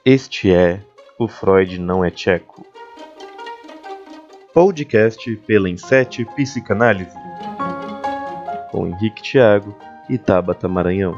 Este é O Freud Não é Tcheco, podcast pela Insete Psicanálise, com Henrique Thiago e Tabata Maranhão.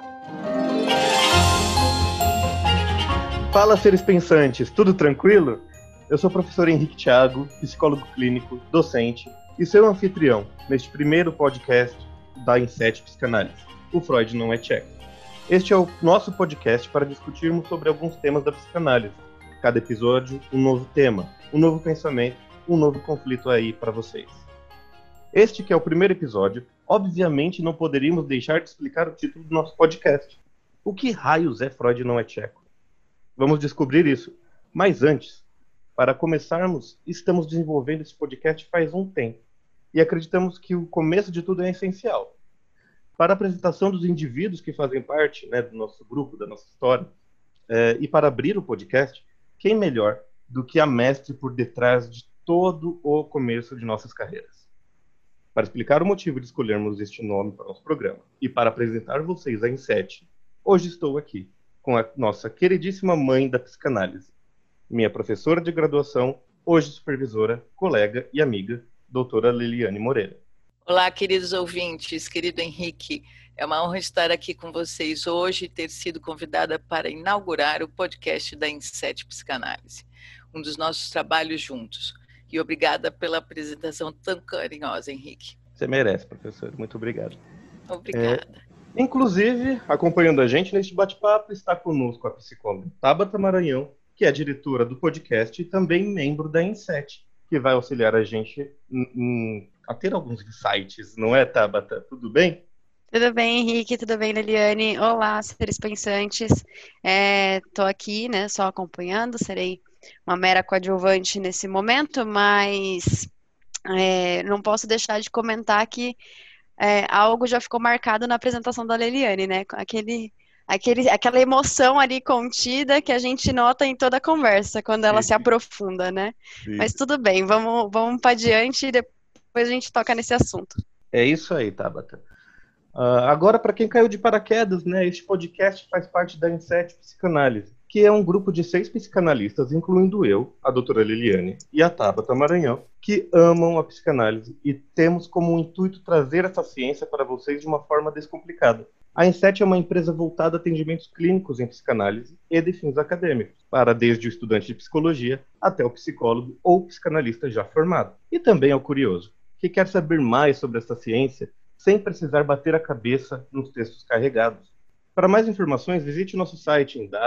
Fala, seres pensantes, tudo tranquilo? Eu sou o professor Henrique Thiago, psicólogo clínico, docente e seu anfitrião neste primeiro podcast da Insete Psicanálise, O Freud Não é Tcheco. Este é o nosso podcast para discutirmos sobre alguns temas da psicanálise. Cada episódio, um novo tema, um novo pensamento, um novo conflito aí para vocês. Este que é o primeiro episódio, obviamente não poderíamos deixar de explicar o título do nosso podcast. O que raios é Freud Não é Tcheco? Vamos descobrir isso. Mas antes, para começarmos, estamos desenvolvendo esse podcast faz um tempo. E acreditamos que o começo de tudo é essencial. Para a apresentação dos indivíduos que fazem parte, do nosso grupo, da nossa história, e para abrir o podcast, quem melhor do que a mestre por detrás de todo o começo de nossas carreiras? Para explicar o motivo de escolhermos este nome para o nosso programa e para apresentar vocês a Insete, hoje estou aqui com a nossa queridíssima mãe da psicanálise, minha professora de graduação, hoje supervisora, colega e amiga, doutora Liliane Moreira. Olá, queridos ouvintes, querido Henrique, é uma honra estar aqui com vocês hoje e ter sido convidada para inaugurar o podcast da Insete Psicanálise, um dos nossos trabalhos juntos. E obrigada pela apresentação tão carinhosa, Henrique. Você merece, professor. Muito obrigado. Obrigada. Inclusive, acompanhando a gente neste bate-papo, está conosco a psicóloga Tabata Maranhão, que é diretora do podcast e também membro da Insete, que vai auxiliar a gente a ter alguns insights, não é, Tabata? Tudo bem? Tudo bem, Henrique, tudo bem, Liliane? Olá, seres pensantes. Estou aqui, só acompanhando, serei uma mera coadjuvante nesse momento, mas não posso deixar de comentar que algo já ficou marcado na apresentação da Liliane, aquela emoção ali contida que a gente nota em toda a conversa, quando ela se aprofunda, né? Sim. Mas tudo bem, vamos para adiante e depois a gente toca nesse assunto. É isso aí, Tabata. Agora, para quem caiu de paraquedas, este podcast faz parte da Insete Psicanálise, que é um grupo de 6 psicanalistas, incluindo eu, a doutora Liliane e a Tabata Maranhão, que amam a psicanálise e temos como intuito trazer essa ciência para vocês de uma forma descomplicada. A Insete é uma empresa voltada a atendimentos clínicos em psicanálise e de fins acadêmicos, para desde o estudante de psicologia até o psicólogo ou psicanalista já formado. E também ao curioso, que quer saber mais sobre essa ciência sem precisar bater a cabeça nos textos carregados. Para mais informações, visite nosso site em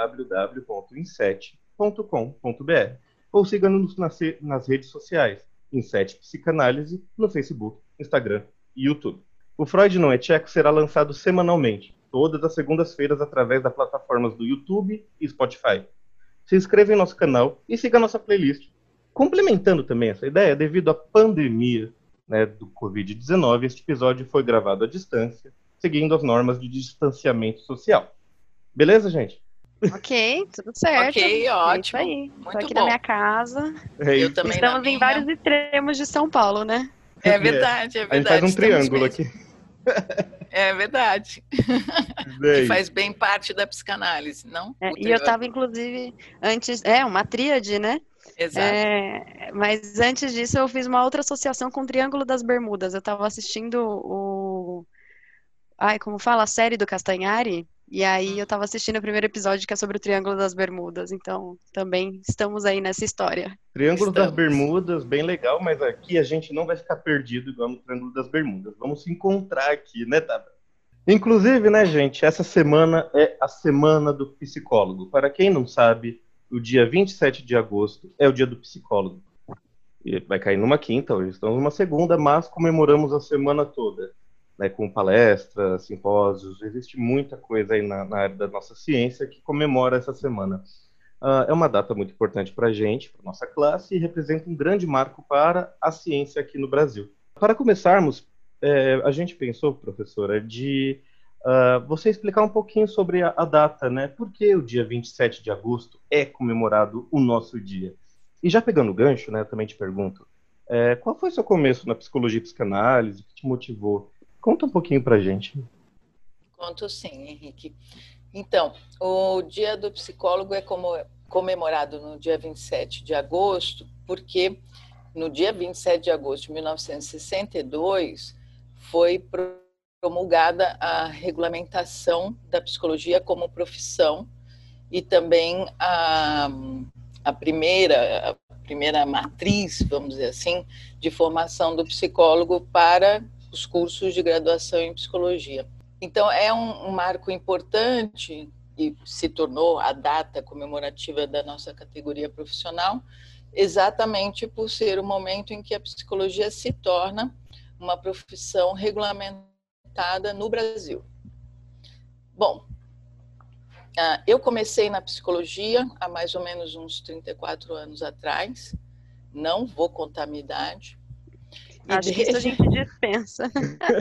www.insete.com.br ou siga-nos nas redes sociais, Insete Psicanálise, no Facebook, Instagram e YouTube. O Freud Não é Tcheco será lançado semanalmente, todas as segundas-feiras através das plataformas do YouTube e Spotify. Se inscreva em nosso canal e siga a nossa playlist. Complementando também essa ideia, devido à pandemia do Covid-19, este episódio foi gravado à distância, seguindo as normas de distanciamento social. Beleza, gente? Ok, tudo certo. Ok, ótimo. É isso aí. Muito Tô aqui bom. na minha casa. Eu também. Estamos em vários extremos de São Paulo, né? É verdade, é verdade. A gente faz um triângulo aqui. É verdade. Que faz bem parte da psicanálise, não? E eu estava, inclusive, antes... uma tríade, né? Exato. Mas antes disso, eu fiz uma outra associação com o Triângulo das Bermudas. Eu estava assistindo a série do Castanhari. E aí eu estava assistindo o primeiro episódio, que é sobre o Triângulo das Bermudas. Então, também estamos aí nessa história. Triângulo das Bermudas, bem legal, mas aqui a gente não vai ficar perdido igual no Triângulo das Bermudas. Vamos se encontrar aqui, né, Tabata? Inclusive, gente, essa semana é a Semana do Psicólogo. Para quem não sabe, o dia 27 de agosto é o dia do psicólogo. E vai cair numa quinta, hoje estamos numa segunda, mas comemoramos a semana toda, com palestras, simpósios. Existe muita coisa aí na área da nossa ciência que comemora essa semana. É uma data muito importante para a gente, para a nossa classe, e representa um grande marco para a ciência aqui no Brasil. Para começarmos, a gente pensou, professora, de você explicar um pouquinho sobre a data, Por que o dia 27 de agosto é comemorado o nosso dia? E já pegando o gancho, também te pergunto, qual foi o seu começo na psicologia e psicanálise? O que te motivou? Conta um pouquinho pra gente. Conto sim, Henrique. Então, o Dia do Psicólogo é comemorado no dia 27 de agosto, porque no dia 27 de agosto de 1962 foi promulgada a regulamentação da psicologia como profissão e também a primeira matriz, vamos dizer assim, de formação do psicólogo para os cursos de graduação em psicologia. Então, é um marco importante e se tornou a data comemorativa da nossa categoria profissional, exatamente por ser o momento em que a psicologia se torna uma profissão regulamentada no Brasil. Bom, eu comecei na psicologia há mais ou menos uns 34 anos atrás, não vou contar a minha idade. Acho que isso a gente dispensa.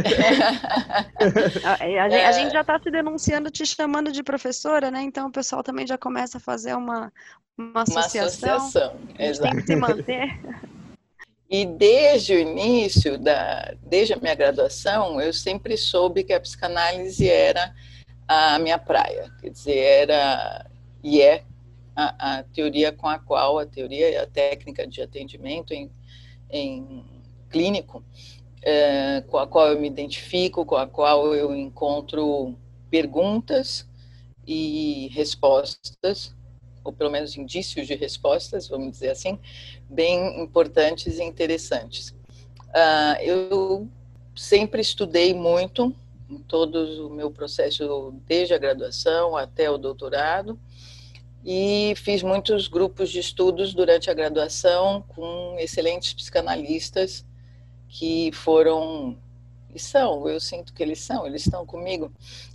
A gente já está se denunciando, te chamando de professora, né? Então o pessoal também já começa a fazer uma associação. A gente tem que se manter. E desde o início, desde a minha graduação, eu sempre soube que a psicanálise era a minha praia. Quer dizer, era e é a teoria com a qual, a teoria e a técnica de atendimento em clínico, com a qual eu me identifico, com a qual eu encontro perguntas e respostas, ou pelo menos indícios de respostas, vamos dizer assim, bem importantes e interessantes. Eu sempre estudei muito, em todo o meu processo, desde a graduação até o doutorado, e fiz muitos grupos de estudos durante a graduação com excelentes psicanalistas que foram, e são, eu sinto que eles estão comigo,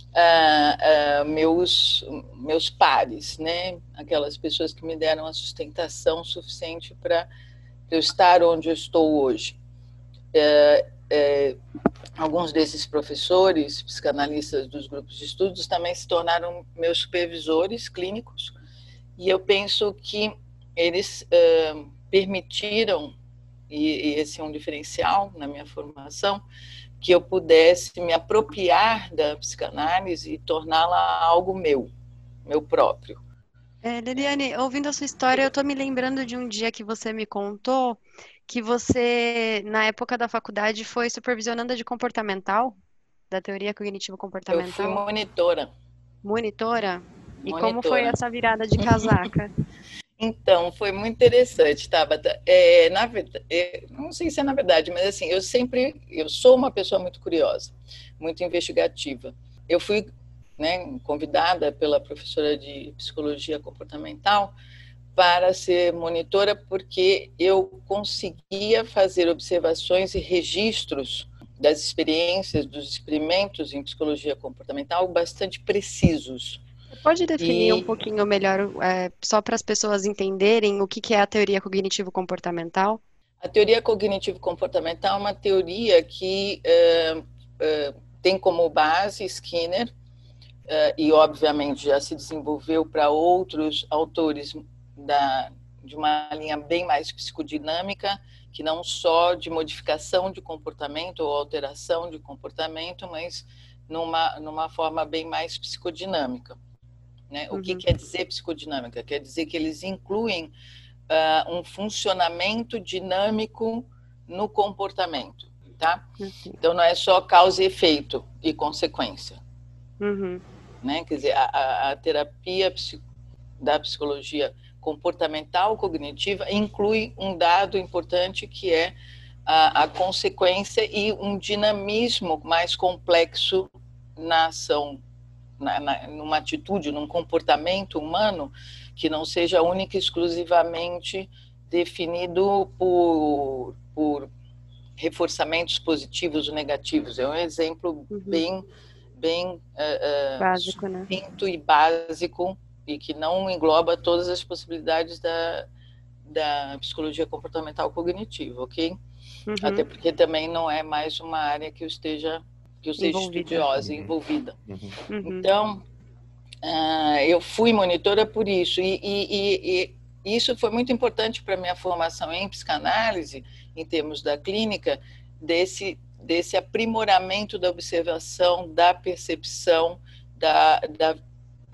meus pares, né? Aquelas pessoas que me deram a sustentação suficiente para eu estar onde eu estou hoje. Alguns desses professores, psicanalistas dos grupos de estudos, também se tornaram meus supervisores clínicos, e eu penso que eles permitiram, e esse é um diferencial na minha formação, que eu pudesse me apropriar da psicanálise e torná-la algo meu próprio. Liliane, ouvindo a sua história, eu estou me lembrando de um dia que você me contou que você, na época da faculdade, foi supervisionanda de comportamental, da teoria cognitivo-comportamental. Eu fui monitora. Monitora? E como foi essa virada de casaca? Então, foi muito interessante, Tabata. Na verdade, não sei se é na verdade, mas assim, eu sou uma pessoa muito curiosa, muito investigativa. Eu fui, né, convidada pela professora de psicologia comportamental para ser monitora porque eu conseguia fazer observações e registros das experiências, dos experimentos em psicologia comportamental bastante precisos. Você pode definir um pouquinho melhor, só para as pessoas entenderem o que é a teoria cognitivo-comportamental? A teoria cognitivo-comportamental é uma teoria que tem como base Skinner, e obviamente já se desenvolveu para outros autores de uma linha bem mais psicodinâmica, que não só de modificação de comportamento ou alteração de comportamento, mas numa forma bem mais psicodinâmica. Né? O que quer dizer psicodinâmica? Quer dizer que eles incluem um funcionamento dinâmico no comportamento, tá? Então não é só causa e efeito e consequência, né? Quer dizer, a terapia da psicologia comportamental cognitiva inclui um dado importante que é a consequência e um dinamismo mais complexo na ação, numa atitude, num comportamento humano que não seja única e exclusivamente definido por reforçamentos positivos ou negativos. É um exemplo bem básico, né? sucinto e básico, e que não engloba todas as possibilidades da psicologia comportamental cognitiva, ok? Até porque também não é mais uma área que eu esteja estudiosa, envolvida. Então, eu fui monitora por isso, e isso foi muito importante para a minha formação em psicanálise, em termos da clínica, desse aprimoramento da observação, da percepção,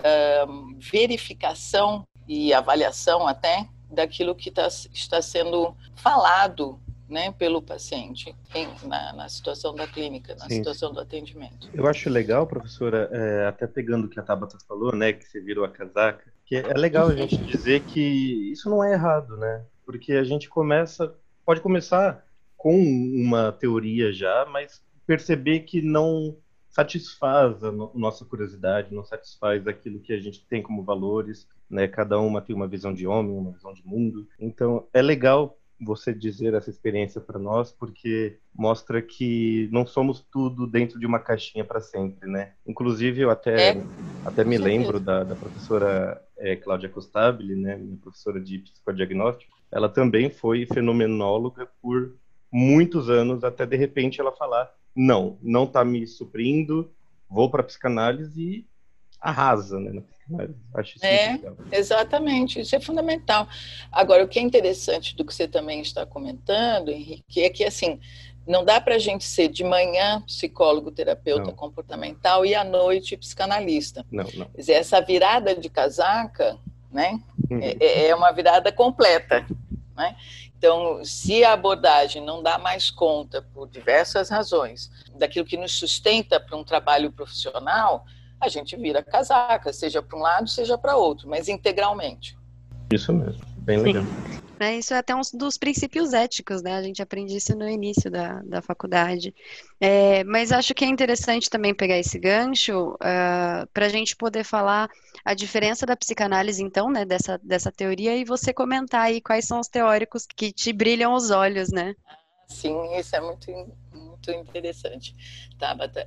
verificação e avaliação até daquilo que está sendo falado, né, pelo paciente na situação da clínica, na situação do atendimento. Eu acho legal, professora, até pegando o que a Tabata falou, né, que você virou a casaca, que é legal a gente dizer que isso não é errado, né? Porque a gente pode começar com uma teoria já, mas perceber que não satisfaz a nossa curiosidade, não satisfaz aquilo que a gente tem como valores, né? Cada uma tem uma visão de homem, uma visão de mundo. Então, é legal você dizer essa experiência para nós, porque mostra que não somos tudo dentro de uma caixinha para sempre, né? Inclusive, eu até me lembro da professora Cláudia Costabile, né? Minha professora de psicodiagnóstico. Ela também foi fenomenóloga por muitos anos, até de repente ela falar: não está me suprindo, vou para a psicanálise e arrasa, né, na psicanálise. Acho isso muito legal. Exatamente, isso é fundamental. Agora, o que é interessante do que você também está comentando, Henrique, é que, assim, não dá para a gente ser de manhã psicólogo, terapeuta comportamental e à noite psicanalista. Não. Quer dizer, essa virada de casaca, né, é uma virada completa, né? Então, se a abordagem não dá mais conta, por diversas razões, daquilo que nos sustenta para um trabalho profissional, a gente vira casaca, seja para um lado, seja para outro, mas integralmente. Isso mesmo, bem legal. Isso é até um dos princípios éticos, né? A gente aprende isso no início da faculdade. Mas acho que é interessante também pegar esse gancho para a gente poder falar a diferença da psicanálise, então, né? Dessa teoria, e você comentar aí quais são os teóricos que te brilham os olhos, né? Sim, isso é muito interessante, Tabata.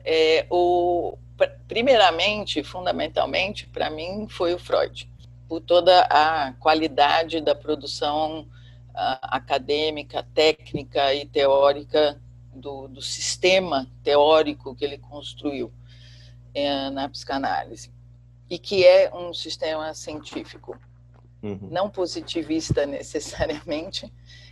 Primeiramente, fundamentalmente, para mim, foi o Freud, por toda a qualidade da produção acadêmica, técnica e teórica do sistema teórico que ele construiu na psicanálise, e que é um sistema científico, não positivista necessariamente,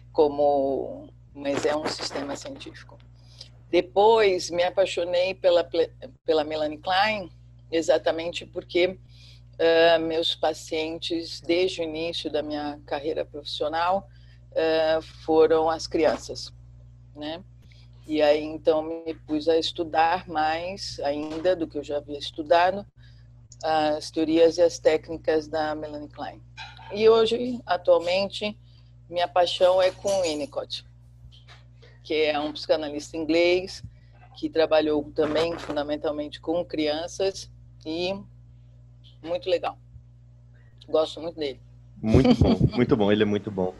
mas é um sistema científico. Depois me apaixonei pela Melanie Klein, exatamente porque meus pacientes, desde o início da minha carreira profissional, foram as crianças, né? E aí, então, me pus a estudar mais ainda do que eu já havia estudado, as teorias e as técnicas da Melanie Klein. E hoje, atualmente, minha paixão é com o Winnicott, que é um psicanalista inglês que trabalhou também fundamentalmente com crianças, e muito legal. Gosto muito dele. Muito bom, ele é muito bom.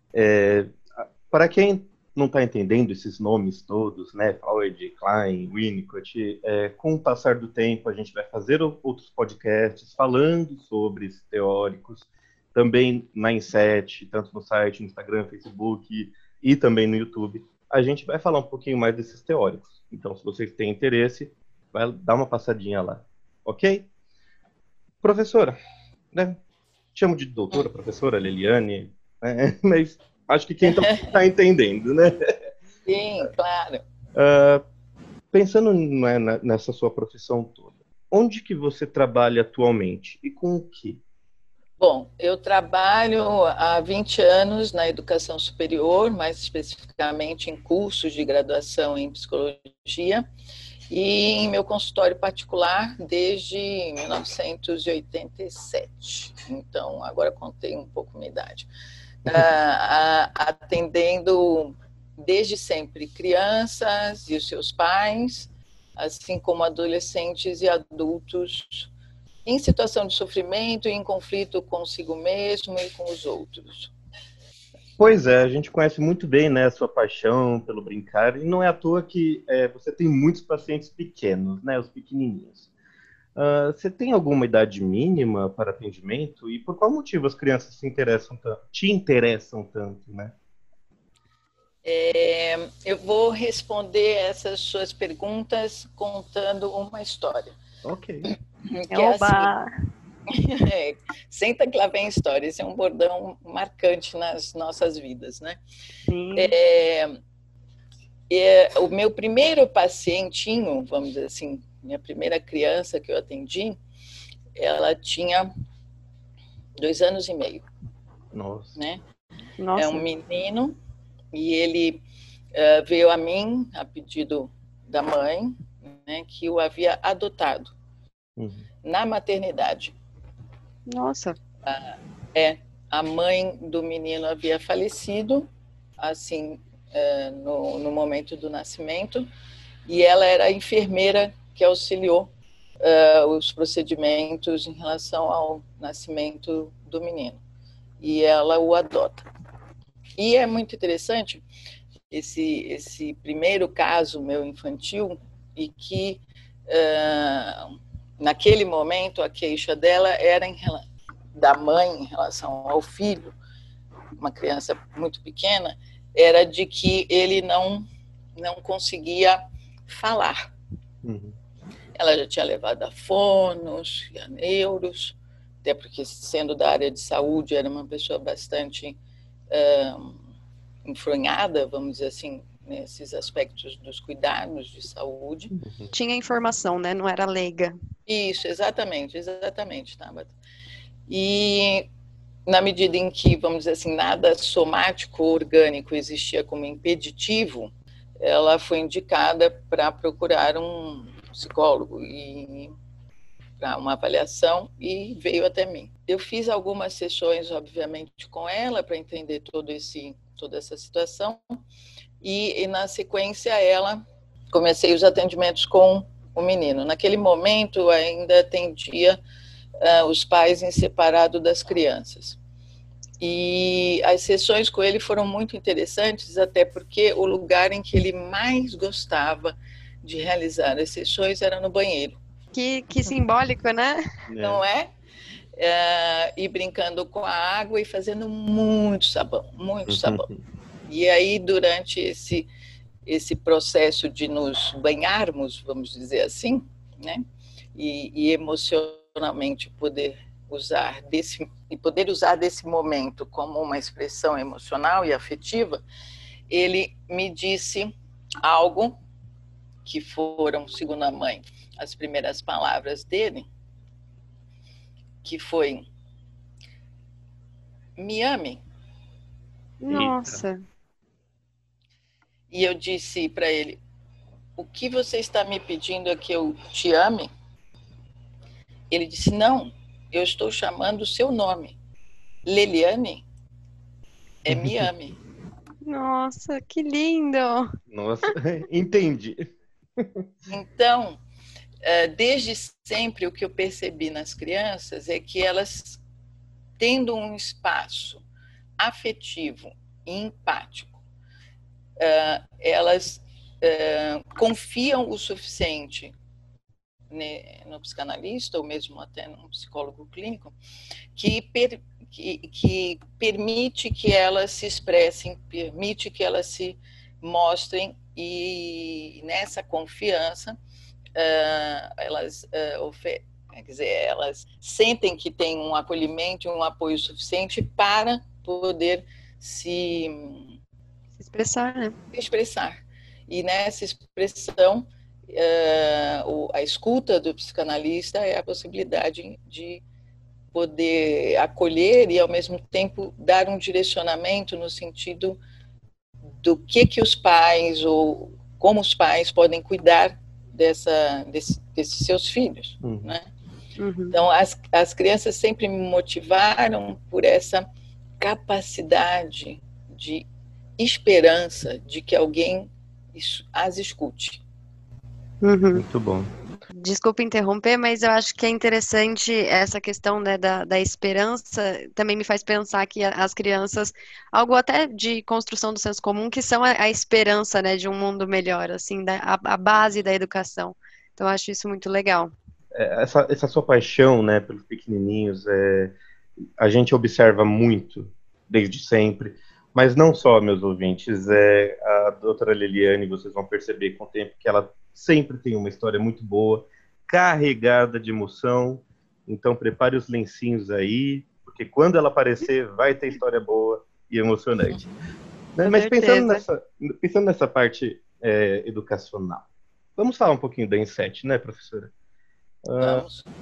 Para quem não está entendendo esses nomes todos, né, Freud, Klein, Winnicott, com o passar do tempo a gente vai fazer outros podcasts falando sobre esses teóricos, também na Inset, tanto no site, no Instagram, Facebook e também no YouTube. A gente vai falar um pouquinho mais desses teóricos. Então, se vocês têm interesse, vai dar uma passadinha lá. Ok? Professora, né? Chamo de doutora, professora Liliane, né? Mas acho que quem está entendendo, né? Sim, claro. Pensando nessa sua profissão toda, onde que você trabalha atualmente e com o quê? Bom, eu trabalho há 20 anos na educação superior, mais especificamente em cursos de graduação em psicologia, e em meu consultório particular desde 1987. Então, agora contei um pouco minha idade. Atendendo desde sempre crianças e os seus pais, assim como adolescentes e adultos em situação de sofrimento e em conflito consigo mesmo e com os outros. Pois é, a gente conhece muito bem, né, a sua paixão pelo brincar, e não é à toa que você tem muitos pacientes pequenos, né, os pequenininhos. Você tem alguma idade mínima para atendimento? E por qual motivo as crianças te interessam tanto, né? Eu vou responder essas suas perguntas contando uma história. Ok. Que é assim, senta que lá vem história. Esse é um bordão marcante nas nossas vidas, né? Sim. O meu primeiro pacientinho, vamos dizer assim, minha primeira criança que eu atendi, ela tinha 2 anos e meio. Nossa. Né? Nossa. É um menino, e ele veio a mim, a pedido da mãe, né, que o havia adotado na maternidade. Nossa. A mãe do menino havia falecido, assim, no momento do nascimento, e ela era a enfermeira que auxiliou os procedimentos em relação ao nascimento do menino. E ela o adota. E é muito interessante esse primeiro caso meu infantil, e que naquele momento a queixa dela era da mãe em relação ao filho, uma criança muito pequena, era de que ele não conseguia falar. Ela já tinha levado a fonos e a neuros, até porque, sendo da área de saúde, era uma pessoa bastante enfronhada, vamos dizer assim, nesses aspectos dos cuidados de saúde. Tinha informação, né? Não era leiga. Isso, exatamente, Tabata. E na medida em que, vamos dizer assim, nada somático ou orgânico existia como impeditivo, ela foi indicada para procurar um psicólogo e para uma avaliação, e veio até mim. Eu fiz algumas sessões, obviamente, com ela para entender toda essa situação, e na sequência comecei os atendimentos com o menino. Naquele momento ainda atendia os pais em separado das crianças. E as sessões com ele foram muito interessantes, até porque o lugar em que ele mais gostava de realizar as sessões era no banheiro. Que simbólico, né? Não é? E brincando com a água e fazendo muito sabão. E aí, durante esse processo de nos banharmos, vamos dizer assim, né? E emocionalmente poder usar desse momento como uma expressão emocional e afetiva, ele me disse algo que foram, segundo a mãe, as primeiras palavras dele, que foi: me ame. Nossa. E eu disse para ele: o que você está me pedindo é que eu te ame? Ele disse: não, eu estou chamando o seu nome. Leliane é me ame. Nossa, que lindo! Nossa, entendi. Então, desde sempre, o que eu percebi nas crianças é que elas, tendo um espaço afetivo e empático, elas confiam o suficiente no psicanalista, ou mesmo até no psicólogo clínico, que permite que elas se expressem, permite que elas se mostrem, e nessa confiança elas elas sentem que têm um acolhimento e um apoio suficiente para poder se expressar, né? Expressar. E nessa expressão, a escuta do psicanalista é a possibilidade de poder acolher e, ao mesmo tempo, dar um direcionamento no sentido do que os pais, ou como os pais podem cuidar desses seus filhos, né? Então, as crianças sempre me motivaram por essa capacidade de esperança de que alguém as escute. Muito bom. Desculpa interromper, mas eu acho que é interessante essa questão, né, da esperança. Também me faz pensar que as crianças, algo até de construção do senso comum, que são a esperança, né, de um mundo melhor, assim, a base da educação. Então, eu acho isso muito legal. Essa sua paixão, né, pelos pequenininhos, a gente observa muito, desde sempre, mas não só, meus ouvintes, a doutora Leliane, vocês vão perceber com o tempo que ela sempre tem uma história muito boa, carregada de emoção. Então prepare os lencinhos aí, porque quando ela aparecer vai ter história boa e emocionante. Né? Mas pensando nessa parte educacional, vamos falar um pouquinho da INSET, né, professora? Vamos.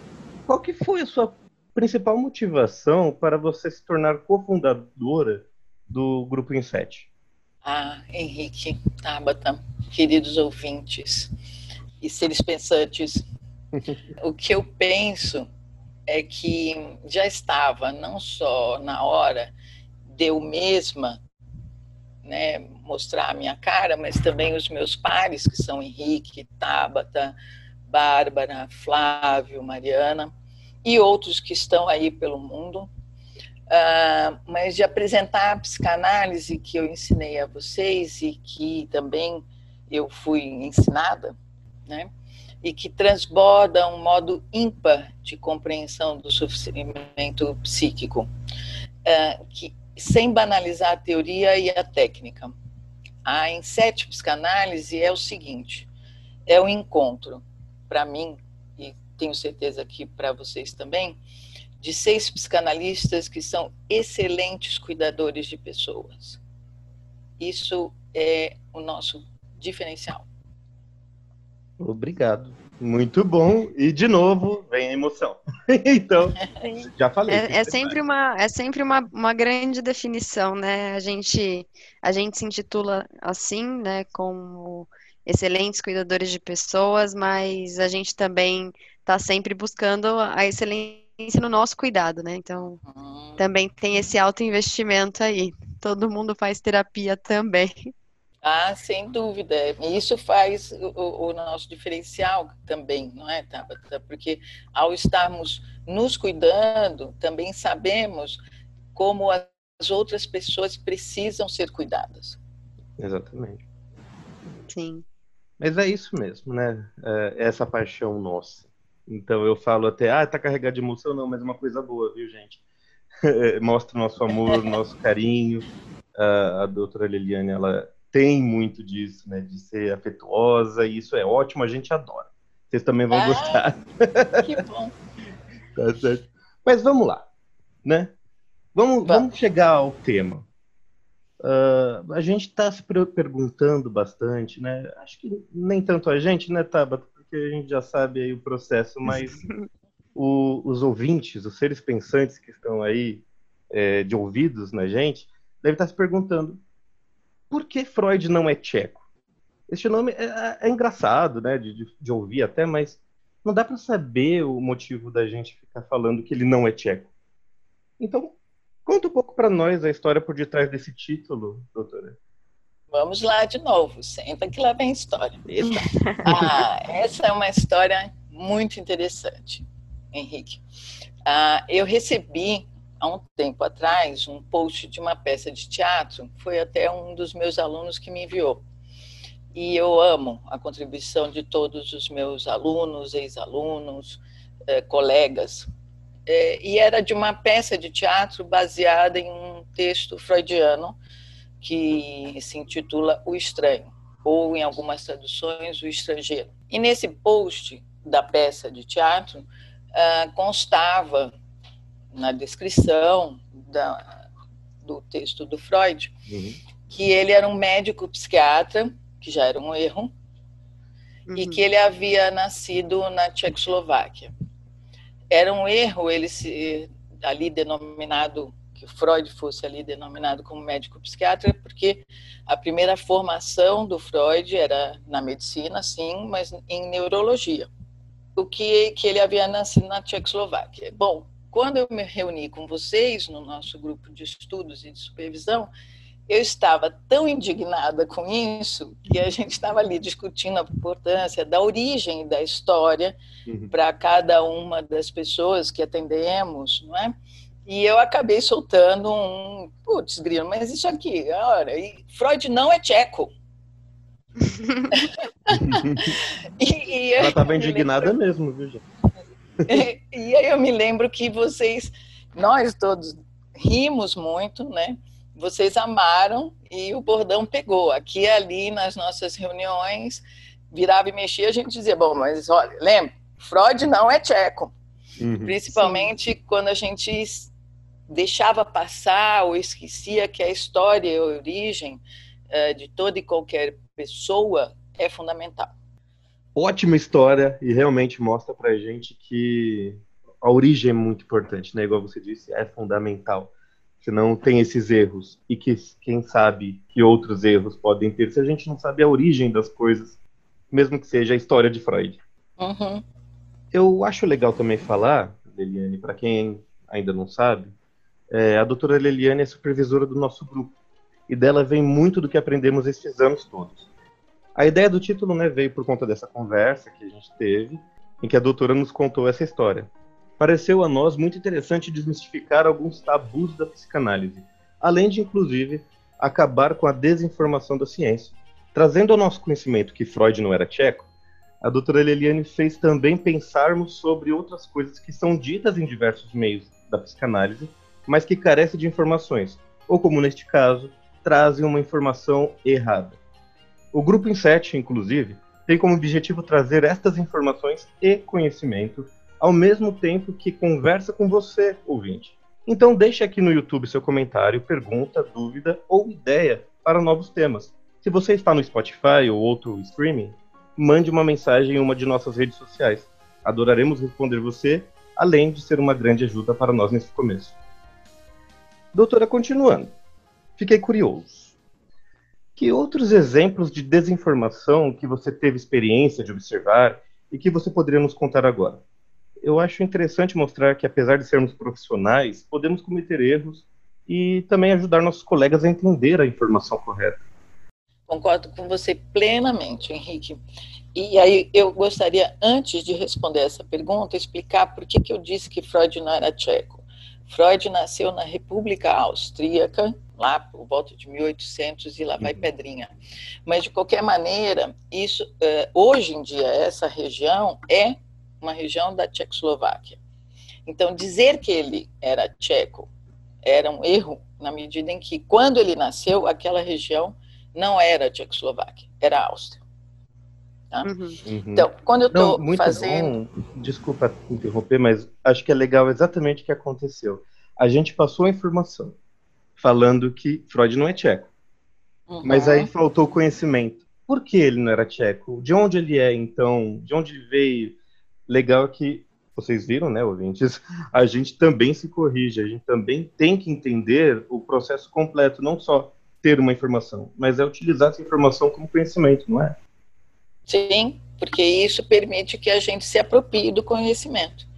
qual que foi a sua principal motivação para você se tornar cofundadora do Grupo Inset? Henrique, Tabata, queridos ouvintes e seres pensantes, o que eu penso é que já estava não só na hora de eu mesma, né, mostrar a minha cara, mas também os meus pares, que são Henrique, Tabata, Bárbara, Flávio, Mariana e outros que estão aí pelo mundo, mas de apresentar a psicanálise que eu ensinei a vocês e que também eu fui ensinada, né? E que transborda um modo ímpar de compreensão do sofrimento psíquico, sem banalizar a teoria e a técnica. A Inset Psicanálise é o seguinte, é o encontro, para mim, e tenho certeza que para vocês também, de 6 psicanalistas que são excelentes cuidadores de pessoas. Isso é o nosso diferencial. Obrigado. Muito bom. E, de novo, vem a emoção. Então, já falei. É sempre uma grande definição, né? A gente se intitula assim, né? Como excelentes cuidadores de pessoas, mas a gente também está sempre buscando a excelência no nosso cuidado, né? Então, também tem esse autoinvestimento aí. Todo mundo faz terapia também. Sem dúvida. E isso faz o nosso diferencial também, não é, Tabata? Porque ao estarmos nos cuidando, também sabemos como as outras pessoas precisam ser cuidadas. Exatamente. Sim. Mas é isso mesmo, né? Essa paixão nossa. Então eu falo até, tá carregado de emoção, não, mas é uma coisa boa, viu, gente? Mostra o nosso amor, o nosso carinho. A doutora Liliane, ela tem muito disso, né? De ser afetuosa, e isso é ótimo, a gente adora. Vocês também vão gostar. Que bom. Tá certo. Mas vamos lá, né? Vamos chegar ao tema. A gente está se perguntando bastante, né? Acho que nem tanto a gente, né, Tabata? Porque a gente já sabe aí o processo, mas os ouvintes, os seres pensantes que estão aí de ouvidos na gente, devem estar se perguntando por que Freud não é tcheco? Este nome é engraçado, né, de ouvir até, mas não dá para saber o motivo da gente ficar falando que ele não é tcheco. Então, conta um pouco para nós a história por detrás desse título, doutora. Vamos lá de novo, senta que lá vem a história. Eita. Essa é uma história muito interessante, Henrique. Eu recebi, há um tempo atrás, um post de uma peça de teatro, foi até um dos meus alunos que me enviou. E eu amo a contribuição de todos os meus alunos, ex-alunos, colegas. E era de uma peça de teatro baseada em um texto freudiano que se intitula O Estranho, ou em algumas traduções, O Estrangeiro. E nesse post da peça de teatro constava na descrição do texto do Freud que ele era um médico psiquiatra, que já era um erro, e que ele havia nascido na Tchecoslováquia. Era um erro ele se ali denominado, que Freud fosse ali denominado como médico psiquiatra, porque a primeira formação do Freud era na medicina, sim, mas em neurologia. O que ele havia nascido na Tchecoslováquia. Bom, quando eu me reuni com vocês no nosso grupo de estudos e de supervisão, eu estava tão indignada com isso que a gente estava ali discutindo a importância da origem e da história para cada uma das pessoas que atendemos, não é? E eu acabei soltando putz, grilo, mas isso aqui, olha, Freud não é tcheco. Ela estava indignada mesmo, viu, gente? E aí eu me lembro que nós todos rimos muito, né? Vocês amaram e o bordão pegou. Aqui e ali, nas nossas reuniões, virava e mexia, a gente dizia, bom, mas olha, lembra, Freud não é tcheco. Principalmente quando a gente deixava passar ou esquecia que a história e a origem de toda e qualquer pessoa é fundamental. Ótima história e realmente mostra pra gente que a origem é muito importante, né? Igual você disse, é fundamental. Senão tem esses erros. E que quem sabe que outros erros podem ter se a gente não sabe a origem das coisas, mesmo que seja a história de Freud. Uhum. Eu acho legal também falar, Leliane, para quem ainda não sabe, a doutora Leliane é supervisora do nosso grupo. E dela vem muito do que aprendemos esses anos todos. A ideia do título, né, veio por conta dessa conversa que a gente teve, em que a doutora nos contou essa história. Pareceu a nós muito interessante desmistificar alguns tabus da psicanálise, além de, inclusive, acabar com a desinformação da ciência. Trazendo ao nosso conhecimento que Freud não era tcheco, a doutora Leliane fez também pensarmos sobre outras coisas que são ditas em diversos meios da psicanálise, mas que carecem de informações, ou como neste caso, trazem uma informação errada. O Grupo Inset, inclusive, tem como objetivo trazer estas informações e conhecimento ao mesmo tempo que conversa com você, ouvinte. Então deixe aqui no YouTube seu comentário, pergunta, dúvida ou ideia para novos temas. Se você está no Spotify ou outro streaming, mande uma mensagem em uma de nossas redes sociais. Adoraremos responder você, além de ser uma grande ajuda para nós nesse começo. Doutora, continuando. Fiquei curioso. Que outros exemplos de desinformação que você teve experiência de observar e que você poderia nos contar agora? Eu acho interessante mostrar que, apesar de sermos profissionais, podemos cometer erros e também ajudar nossos colegas a entender a informação correta. Concordo com você plenamente, Henrique. E aí eu gostaria, antes de responder essa pergunta, explicar por que eu disse que Freud não era tcheco. Freud nasceu na República Austríaca, lá por volta de 1800, e lá vai pedrinha. Mas, de qualquer maneira, isso, hoje em dia, essa região é uma região da Tchecoslováquia. Então, dizer que ele era tcheco era um erro, na medida em que, quando ele nasceu, aquela região não era Tchecoslováquia, era Áustria. Tá? Então, quando eu estou fazendo... Bom. Desculpa interromper, mas acho que é legal exatamente o que aconteceu. A gente passou a informação falando que Freud não é tcheco, mas aí faltou conhecimento. Por que ele não era tcheco? De onde ele é, então? De onde ele veio? Legal que vocês viram, né, ouvintes? A gente também se corrige, a gente também tem que entender o processo completo, não só ter uma informação, mas é utilizar essa informação como conhecimento, não é? Sim, porque isso permite que a gente se aproprie do conhecimento.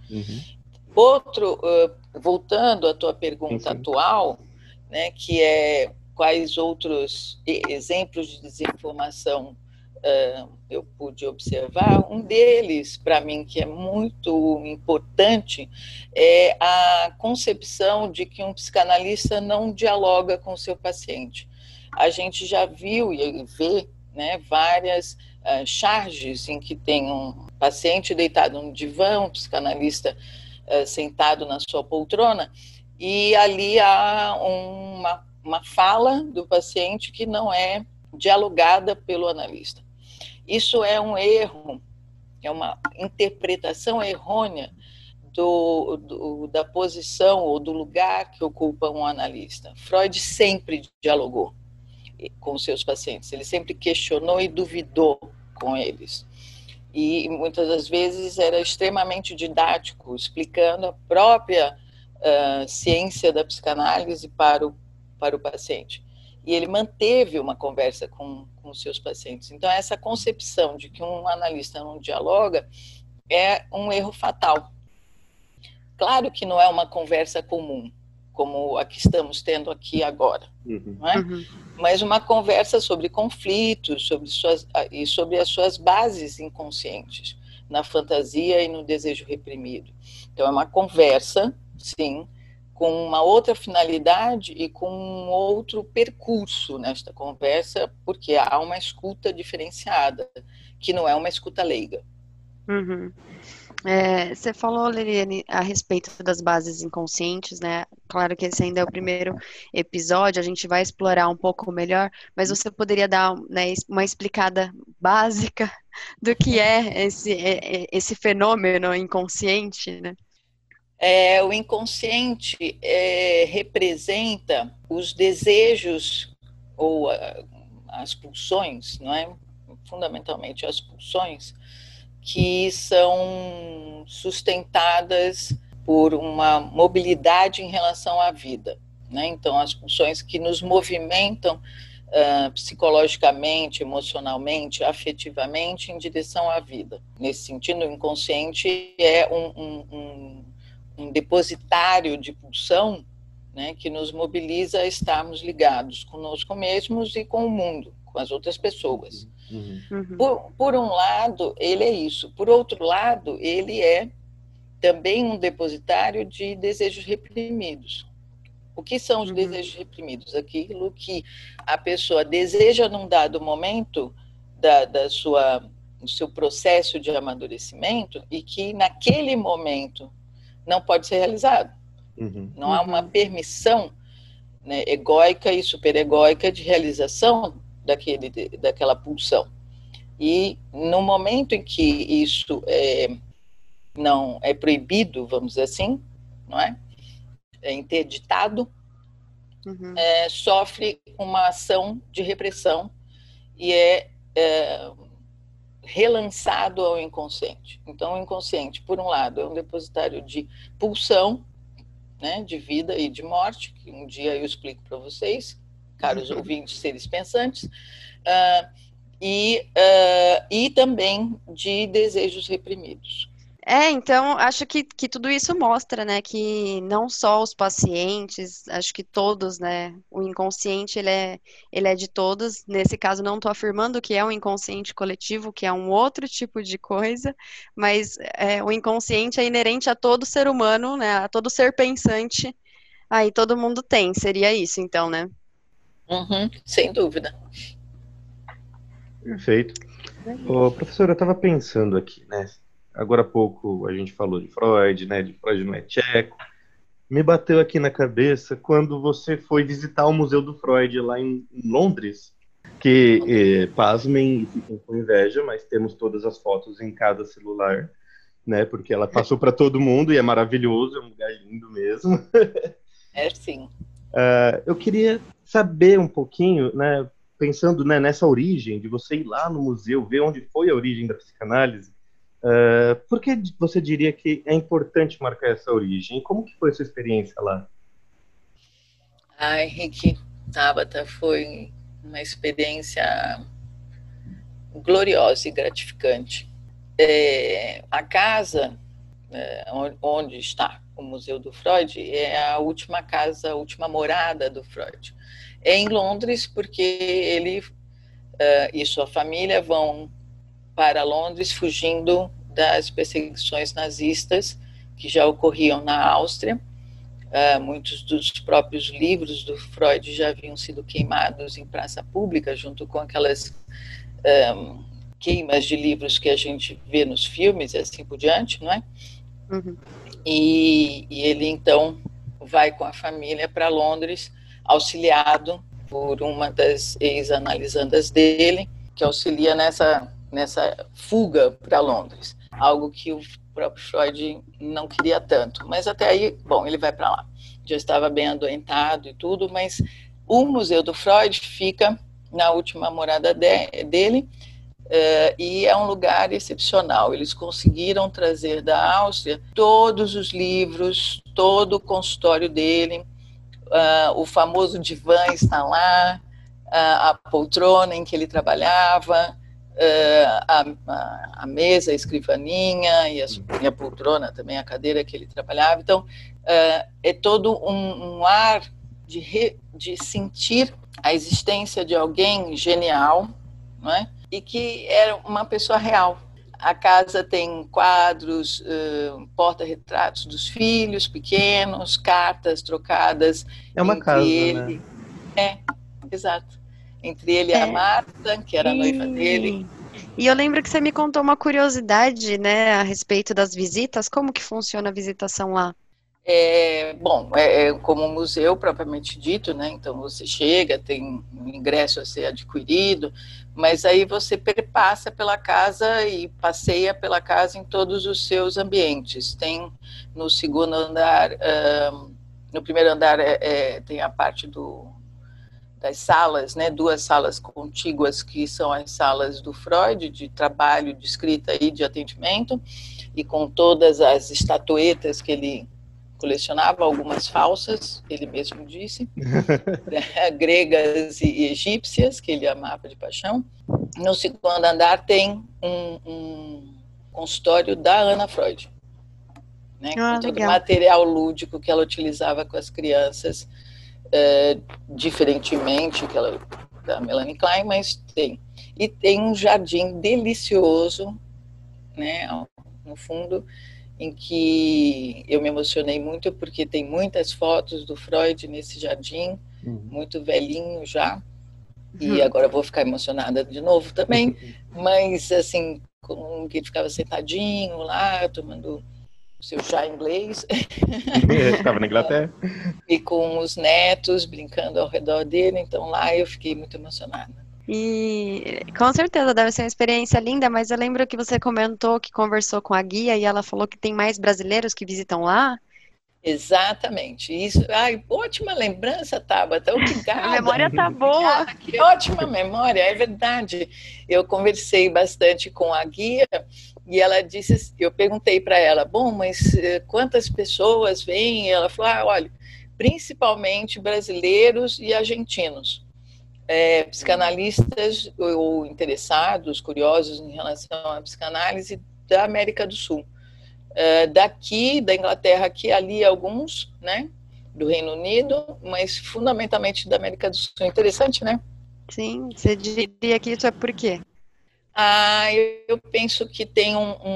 Outro, voltando à tua pergunta atual, né, que é quais outros exemplos de desinformação eu pude observar. Um deles, para mim, que é muito importante, é a concepção de que um psicanalista não dialoga com o seu paciente. A gente já viu e vê, né, várias charges em que tem um paciente deitado no divã, um psicanalista sentado na sua poltrona, e ali há uma fala do paciente que não é dialogada pelo analista. Isso é um erro, é uma interpretação errônea da posição ou do lugar que ocupa um analista. Freud sempre dialogou com os seus pacientes, ele sempre questionou e duvidou com eles. E muitas das vezes era extremamente didático, explicando a própria ciência da psicanálise para o paciente. E ele manteve uma conversa com os seus pacientes. Então, essa concepção de que um analista não dialoga é um erro fatal. Claro que não é uma conversa comum, como a que estamos tendo aqui agora, não é? Mas uma conversa sobre conflitos, sobre as suas bases inconscientes, na fantasia e no desejo reprimido. Então, é uma conversa, sim, com uma outra finalidade e com um outro percurso nesta conversa, porque há uma escuta diferenciada, que não é uma escuta leiga. Você falou, Leliane, a respeito das bases inconscientes, né? Claro que esse ainda é o primeiro episódio, a gente vai explorar um pouco melhor, mas você poderia dar, né, uma explicada básica do que é esse fenômeno inconsciente, né? O inconsciente representa os desejos ou as pulsões, não é? Fundamentalmente as pulsões, que são sustentadas por uma mobilidade em relação à vida, né? Então, as pulsões que nos movimentam psicologicamente, emocionalmente, afetivamente em direção à vida. Nesse sentido, o inconsciente é um depositário de pulsão, né, que nos mobiliza a estarmos ligados conosco mesmos e com o mundo, com as outras pessoas. Por um lado, ele é isso. Por outro lado, ele é também um depositário de desejos reprimidos. O que são os desejos reprimidos? Aquilo que a pessoa deseja num dado momento do seu processo de amadurecimento e que naquele momento não pode ser realizado. Não há uma permissão, né, egóica e superegóica de realização daquela pulsão. E no momento em que isso não é proibido, vamos dizer assim, não é? É interditado, sofre uma ação de repressão e é relançado ao inconsciente. Então, o inconsciente, por um lado, é um depositário de pulsão, né, de vida e de morte, que um dia eu explico para vocês, caros ouvintes, seres pensantes, e também de desejos reprimidos. Então, acho que tudo isso mostra, né, que não só os pacientes, acho que todos, né, o inconsciente, ele é de todos. Nesse caso, não estou afirmando que é um inconsciente coletivo, que é um outro tipo de coisa, mas o inconsciente é inerente a todo ser humano, né, a todo ser pensante, aí todo mundo tem, seria isso, então, né? Sem dúvida. Perfeito. Professora, eu estava pensando aqui, né? Agora há pouco a gente falou de Freud, né? De Freud não é tcheco. Me bateu aqui na cabeça quando você foi visitar o Museu do Freud lá em Londres, que, pasmem e fiquem com inveja, mas temos todas as fotos em cada celular, né? Porque ela passou para todo mundo e é maravilhoso, é um lugar lindo mesmo. Sim. Eu queria saber um pouquinho, né? Pensando, né, nessa origem, de você ir lá no museu, ver onde foi a origem da psicanálise, por que você diria que é importante marcar essa origem? E como que foi a sua experiência lá? Henrique, Tabata, foi uma experiência gloriosa e gratificante. A casa onde está o Museu do Freud é a última casa, a última morada do Freud. É em Londres, porque ele e sua família vão para Londres fugindo das perseguições nazistas que já ocorriam na Áustria. Muitos dos próprios livros do Freud já haviam sido queimados em praça pública, junto com aquelas queimas de livros que a gente vê nos filmes e assim por diante, não é? E ele, então, vai com a família para Londres, auxiliado por uma das ex-analisandas dele, que auxilia nessa fuga para Londres, algo que o próprio Freud não queria tanto, mas até aí, bom, ele vai para lá, já estava bem adoentado e tudo, mas o Museu do Freud fica na última morada dele, e é um lugar excepcional. Eles conseguiram trazer da Áustria todos os livros, todo o consultório dele, o famoso divã está lá, a poltrona em que ele trabalhava, a mesa, a escrivaninha e a poltrona também, a cadeira que ele trabalhava. Então, é todo um ar de sentir a existência de alguém genial, não é? E que era uma pessoa real. A casa tem quadros, porta-retratos dos filhos pequenos, cartas trocadas. É uma casa, ele, né? Exato. Entre ele e a Marta, que era a noiva dele. E eu lembro que você me contou uma curiosidade, né, a respeito das visitas. Como que funciona a visitação lá? Bom, como um museu propriamente dito, né? Então você chega, tem um ingresso a ser adquirido, mas aí você perpassa pela casa e passeia pela casa em todos os seus ambientes. Tem no segundo andar, no primeiro andar tem a parte das salas, né? 2 salas contíguas que são as salas do Freud, de trabalho, de escrita e de atendimento, e com todas as estatuetas que ele colecionava algumas falsas, ele mesmo disse, gregas e egípcias, que ele amava de paixão. No segundo andar tem um consultório da Ana Freud, né, com todo o material lúdico que ela utilizava com as crianças, diferentemente da Melanie Klein, mas tem. E tem um jardim delicioso, né, no fundo, em que eu me emocionei muito, porque tem muitas fotos do Freud nesse jardim, muito velhinho já, e agora eu vou ficar emocionada de novo também, mas assim, que ele ficava sentadinho lá, tomando o seu chá inglês. Estava na Inglaterra. E com os netos brincando ao redor dele, então lá eu fiquei muito emocionada. E com certeza deve ser uma experiência linda, mas eu lembro que você comentou que conversou com a guia e ela falou que tem mais brasileiros que visitam lá. Exatamente, isso. Ai, ótima lembrança, Tabata, obrigada. A memória tá boa. Obrigada, que ótima memória, é verdade. Eu conversei bastante com a guia e ela disse, eu perguntei para ela, bom, mas quantas pessoas vêm? E ela falou, olha, principalmente brasileiros e argentinos, psicanalistas ou interessados, curiosos em relação à psicanálise da América do Sul. Daqui, da Inglaterra, aqui, ali alguns, né, do Reino Unido, mas fundamentalmente da América do Sul. Interessante, né? Sim, você diria que isso é por quê? Eu penso que tem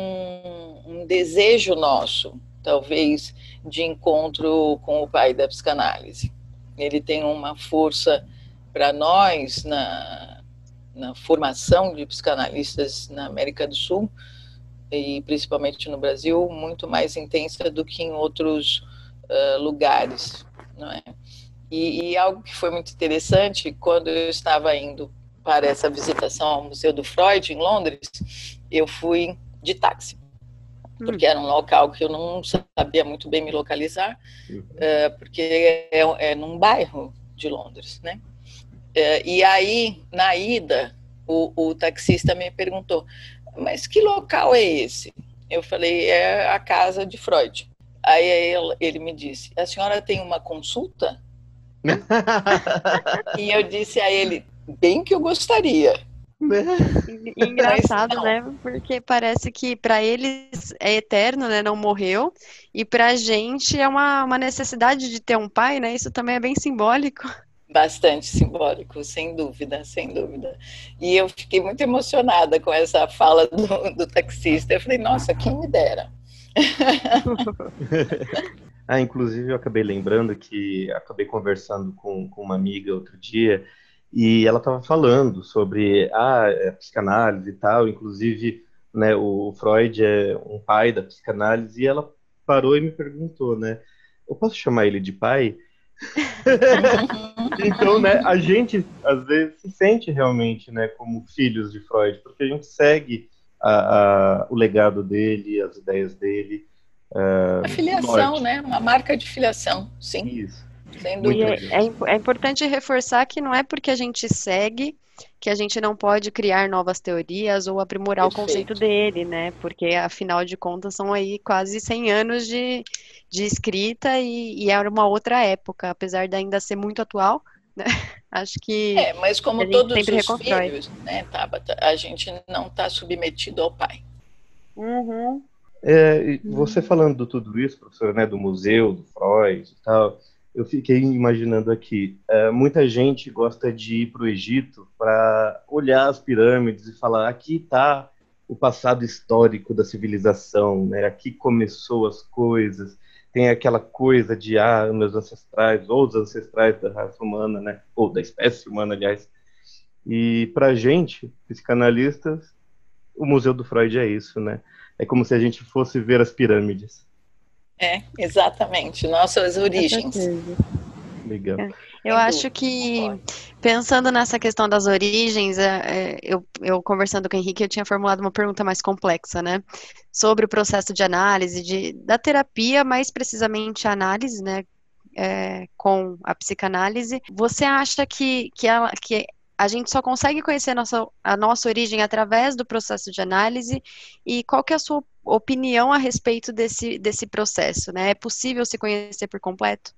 um desejo nosso, talvez, de encontro com o pai da psicanálise. Ele tem uma força para nós, na formação de psicanalistas na América do Sul, e principalmente no Brasil, muito mais intensa do que em outros lugares, não é? E algo que foi muito interessante, quando eu estava indo para essa visitação ao Museu do Freud, em Londres, eu fui de táxi, porque era um local que eu não sabia muito bem me localizar, porque é num bairro de Londres, né? E aí, na ida, o taxista me perguntou, mas que local é esse? Eu falei, é a casa de Freud. Aí ele me disse, a senhora tem uma consulta? E eu disse a ele, bem que eu gostaria. Engraçado, né? Porque parece que para eles é eterno, né? Não morreu. E pra gente é uma necessidade de ter um pai, né? Isso também é bem simbólico. Bastante simbólico, sem dúvida, sem dúvida. E eu fiquei muito emocionada com essa fala do taxista. Eu falei, nossa, quem me dera. Inclusive eu acabei lembrando que acabei conversando com uma amiga outro dia e ela estava falando sobre a psicanálise e tal, inclusive, né, o Freud é um pai da psicanálise e ela parou e me perguntou, né, eu posso chamar ele de pai? Então, né, a gente às vezes se sente realmente, né, como filhos de Freud, porque a gente segue o legado dele, as ideias dele. A filiação, né, uma marca de filiação, sim. Isso. Sem dúvida. E é importante reforçar que não é porque a gente segue que a gente não pode criar novas teorias ou aprimorar o conceito dele, né? Porque, afinal de contas, são aí quase 100 anos de escrita e era uma outra época, apesar de ainda ser muito atual, né? Acho que mas como todos os filhos, né, Tabata, a gente não está submetido ao pai. Você falando de tudo isso, professor, né, do museu, do Freud e tal, eu fiquei imaginando aqui, muita gente gosta de ir para o Egito para olhar as pirâmides e falar, aqui está o passado histórico da civilização, né? Aqui começou as coisas, tem aquela coisa de, meus ancestrais, ou os ancestrais da raça humana, né? Ou da espécie humana, aliás. E para gente, psicanalistas, o Museu do Freud é isso, né? É como se a gente fosse ver as pirâmides. Exatamente, nossas origens. Legal. Eu acho que, pensando nessa questão das origens, eu conversando com o Henrique, eu tinha formulado uma pergunta mais complexa, né? Sobre o processo de análise, da terapia, mais precisamente a análise, né? Com a psicanálise. Você acha que a gente só consegue conhecer a nossa origem através do processo de análise? E qual que é a sua opinião a respeito desse processo, né? É possível se conhecer por completo?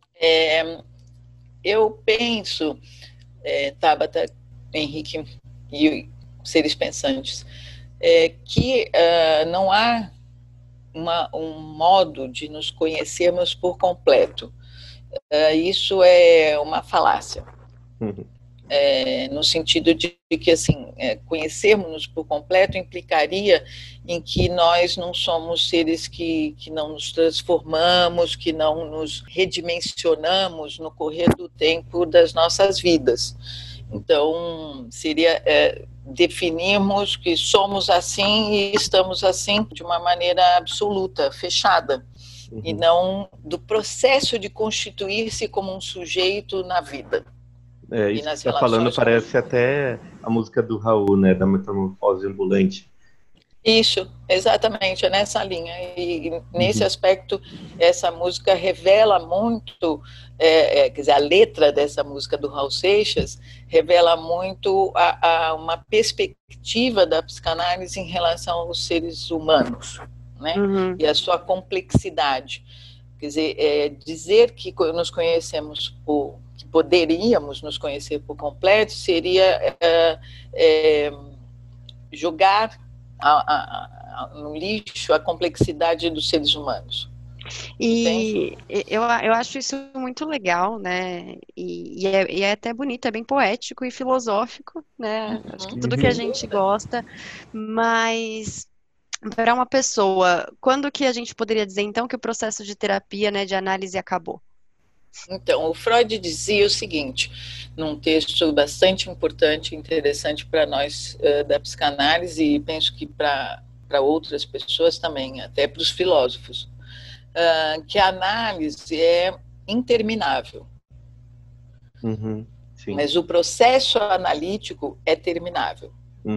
Eu penso, Tabata, Henrique e seres pensantes, que não há um modo de nos conhecermos por completo. Isso é uma falácia. Uhum. No sentido de que, assim, conhecermos-nos por completo implicaria em que nós não somos seres que não nos transformamos, que não nos redimensionamos no correr do tempo das nossas vidas. Então, seria definirmos que somos assim e estamos assim de uma maneira absoluta, fechada, e não do processo de constituir-se como um sujeito na vida. Isso que você está falando parece até a música do Raul, né, da Metamorfose Ambulante. Isso, exatamente, é nessa linha. E nesse aspecto, essa música revela muito, quer dizer, a letra dessa música do Raul Seixas revela muito uma perspectiva da psicanálise em relação aos seres humanos, né? E a sua complexidade. Quer dizer que nos conhecemos que poderíamos nos conhecer por completo seria jogar no lixo a complexidade dos seres humanos. E eu acho isso muito legal, né? E é até bonito, é bem poético e filosófico, né? Acho que tudo que a gente gosta, mas para uma pessoa, quando que a gente poderia dizer, então, que o processo de terapia, né, de análise acabou? Então, o Freud dizia o seguinte, num texto bastante importante e interessante para nós da psicanálise, e penso que para outras pessoas também, até para os filósofos, que a análise é interminável. Sim. Mas o processo analítico é terminável.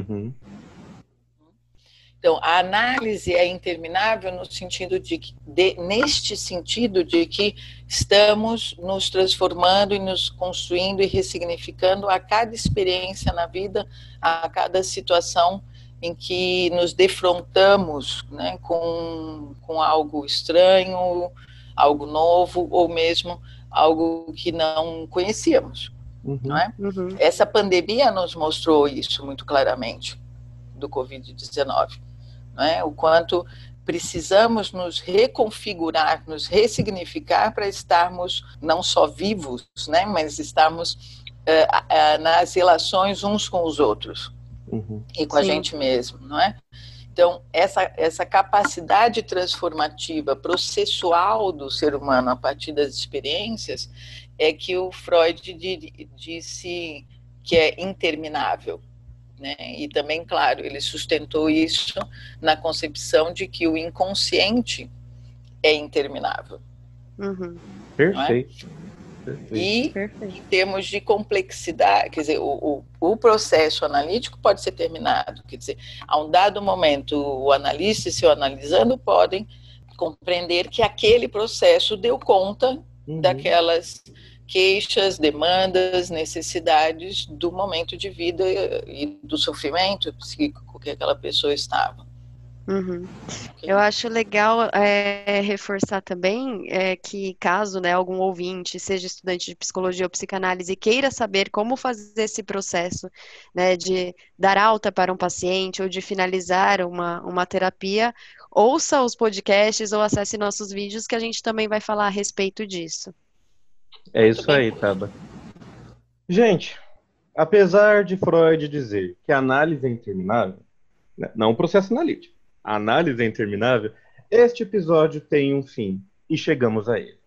Então, a análise é interminável no sentido neste sentido de que estamos nos transformando e nos construindo e ressignificando a cada experiência na vida, a cada situação em que nos defrontamos, né, com algo estranho, algo novo, ou mesmo algo que não conhecíamos. Não é? Essa pandemia nos mostrou isso muito claramente, do Covid-19. Não é? O quanto precisamos nos reconfigurar, nos ressignificar para estarmos não só vivos, né, mas estarmos nas relações uns com os outros e com a gente mesmo, não é? Então, essa capacidade transformativa, processual do ser humano a partir das experiências é que o Freud disse que é interminável. Né? E também, claro, ele sustentou isso na concepção de que o inconsciente é interminável. Perfeito. E, em termos de complexidade, quer dizer, o processo analítico pode ser terminado. Quer dizer, a um dado momento, o analista e seu analisando podem compreender que aquele processo deu conta daquelas queixas, demandas, necessidades do momento de vida e do sofrimento psíquico que aquela pessoa estava. Eu acho legal reforçar também que caso, né, algum ouvinte seja estudante de psicologia ou psicanálise e queira saber como fazer esse processo, né, de dar alta para um paciente ou de finalizar uma terapia, ouça os podcasts ou acesse nossos vídeos que a gente também vai falar a respeito disso. É isso aí, Taba. Gente, apesar de Freud dizer que a análise é interminável, não o processo analítico, a análise é interminável, este episódio tem um fim e chegamos a ele.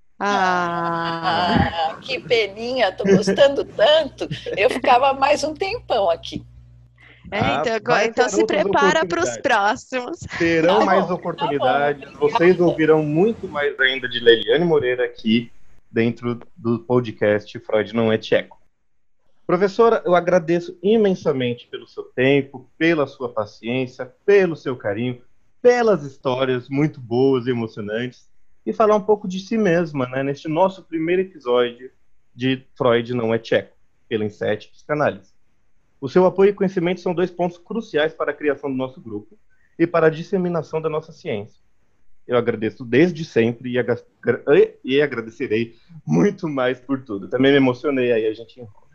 Que peninha, tô gostando tanto. Eu ficava mais um tempão aqui. Então se prepara para os próximos. Terão mais oportunidades. Vocês ouvirão muito mais ainda de Leliane Moreira aqui dentro do podcast Freud Não é Tcheco. Professora, eu agradeço imensamente pelo seu tempo, pela sua paciência, pelo seu carinho, pelas histórias muito boas e emocionantes, e falar um pouco de si mesma, né, neste nosso primeiro episódio de Freud Não é Tcheco, pela Inset Psicanálise. O seu apoio e conhecimento são 2 pontos cruciais para a criação do nosso grupo, e para a disseminação da nossa ciência. Eu agradeço desde sempre e agradecerei muito mais por tudo. Também me emocionei, aí a gente enrola.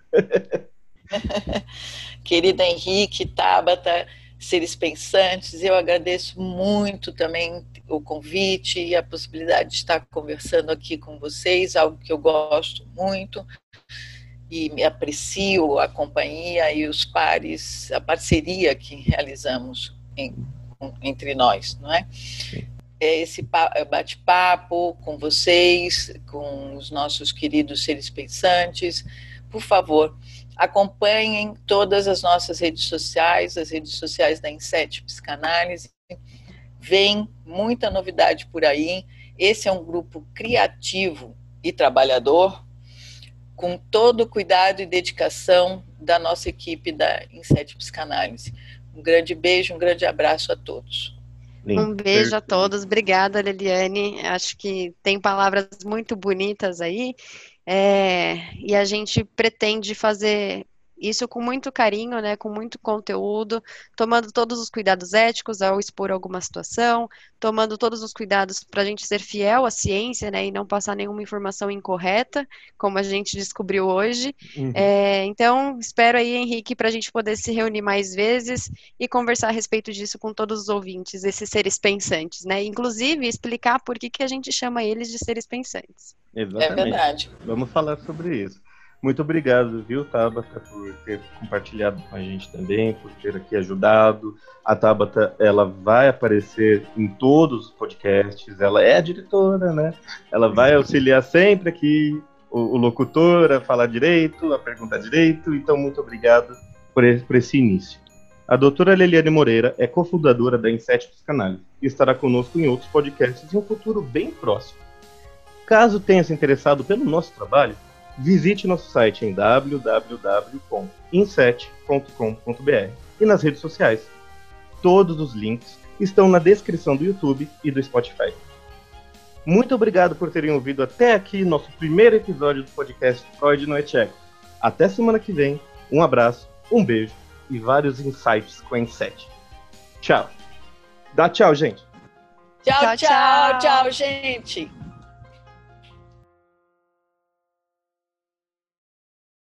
Querido Henrique, Tabata, seres pensantes, eu agradeço muito também o convite e a possibilidade de estar conversando aqui com vocês, algo que eu gosto muito e me aprecio a companhia e os pares, a parceria que realizamos entre nós, não é? Sim. Esse bate-papo com vocês, com os nossos queridos seres pensantes. Por favor, acompanhem todas as nossas redes sociais, as redes sociais da Inset Psicanálise. Vem muita novidade por aí. Esse é um grupo criativo e trabalhador, com todo o cuidado e dedicação da nossa equipe da Inset Psicanálise. Um grande beijo, um grande abraço a todos. Um beijo a todos, obrigada, Leliane. Acho que tem palavras muito bonitas aí, e a gente pretende fazer isso com muito carinho, né, com muito conteúdo, tomando todos os cuidados éticos ao expor alguma situação, tomando todos os cuidados para a gente ser fiel à ciência, né, e não passar nenhuma informação incorreta, como a gente descobriu hoje. Então, espero aí, Henrique, para a gente poder se reunir mais vezes e conversar a respeito disso com todos os ouvintes, esses seres pensantes, né, inclusive explicar por que a gente chama eles de seres pensantes. Exatamente. É verdade. Vamos falar sobre isso. Muito obrigado, viu, Tabata, por ter compartilhado com a gente também, por ter aqui ajudado. A Tabata, ela vai aparecer em todos os podcasts, ela é a diretora, né? Ela vai auxiliar sempre aqui o locutor a falar direito, a perguntar direito, então muito obrigado por esse início. A doutora Leliane Moreira é cofundadora da Inset Psicanálise e estará conosco em outros podcasts em um futuro bem próximo. Caso tenha se interessado pelo nosso trabalho, visite nosso site em www.inset.com.br e nas redes sociais. Todos os links estão na descrição do YouTube e do Spotify. Muito obrigado por terem ouvido até aqui nosso primeiro episódio do podcast Freud Não é Tcheco. Até semana que vem, um abraço, um beijo e vários insights com a Inset. Tchau. Dá tchau, gente. Tchau, tchau, tchau, gente.